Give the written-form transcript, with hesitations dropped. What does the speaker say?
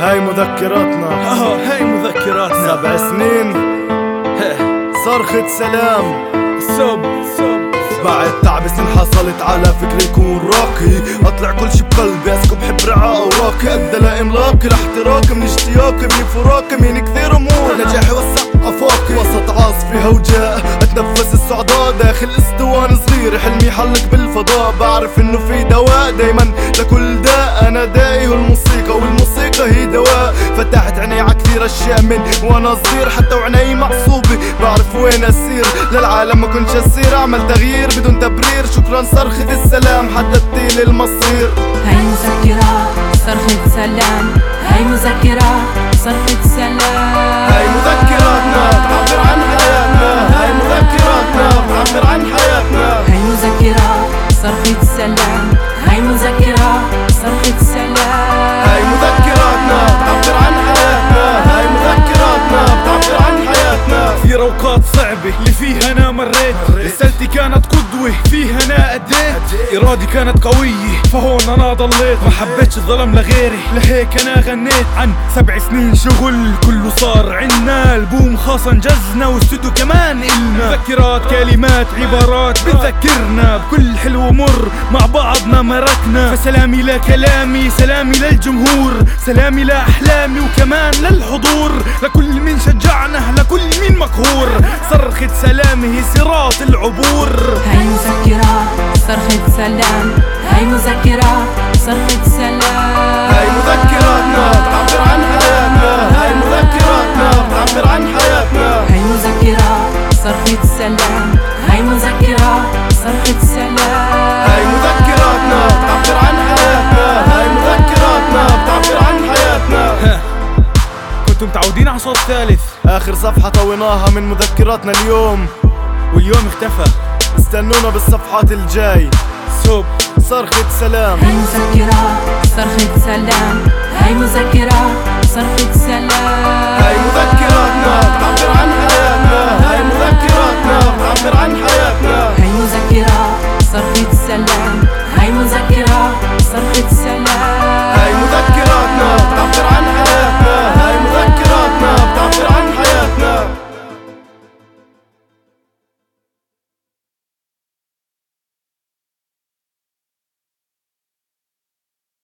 هاي مذكراتنا. هاي مذكراتنا. 7 سنين صرخة سلام. بعد تعب سن حصلت على فكرة يكون راقي، اطلع كل شي بقلبي اسكب حبر اوراقي، ادى لاملاقي لاحتراقي من اشتياقي بفراقي من كثير امور نجاحي وسع افاقي، وسط عاصفة هوجاء اتنفس الصعداء داخل اسطوان صغير، حلمي حلق بالفضاء، بعرف انه في دواء دايما لكل داء، انا دائي والموسيقى والموسيقى هي دواء، فتحت عيني ع كثير اشياء من وانا صغير، حتى وعيني معصوبة بعرف وين اسير، للعالم ما كنتش اسير اعمل تغيير بدون تبرير، شكرا صرخة السلام حددتي لي المصير. هاي مذكرة صرخة سلام، هاي مذكرة صرخة سلام، هاي مذكراتنا بتعبر عن حياتنا، هاي مذكراتنا بتعبر عن حياتنا، هاي مذكرة صرخة سلام، هاي مذكرة صرخة سلام، هاي مذكراتنا بتعبر عن حياتنا، هاي مذكراتنا بتعبر عن حياتنا. في اوقات صعبة اللي فيها انا مريت، رسالتي كانت قدوة فيها انا اديت، ارادي كانت قوية فهون انا ضليت، ما حبيتش الظلم لغيري لهيك انا غنيت عن 7 سنين شغل كله صار عنا، البوم خاصة انجزنا واستوديو كمان النا، مذكرات كلمات عبارات بتذكرنا بكل حلو ومر مع بعضنا مركنا، فسلامي لكلامي سلامي للجمهور، سلامي لاحلامي وكمان للحضور، لكل من شجعنا لكل من مقهور، صرخة سلامي هي صراط العبور. هاي مذكرة صرخة سلام، هاي مذكرة صرخة سلام، هاي مذكراتنا بتعبر عن حياتنا، هاي مذكراتنا بتعبر عن حياتنا، هاي مذكرة صرخة سلام، هاي مذكرة صرخة سلام، هاي مذكراتنا بتعبر عن حياتنا، هاي مذكراتنا بتعبر عن حياتنا. كنتم متعودين على صوت ثالث، اخر صفحة طويناها من مذكراتنا اليوم، واليوم اختفى، استنونا بالصفحات الجاي. صرخة سلام. هاي مذكرة صرخة سلام، هاي مذكرة صرخة سلام، هاي مذكراتنا بتعبر عن حياتنا.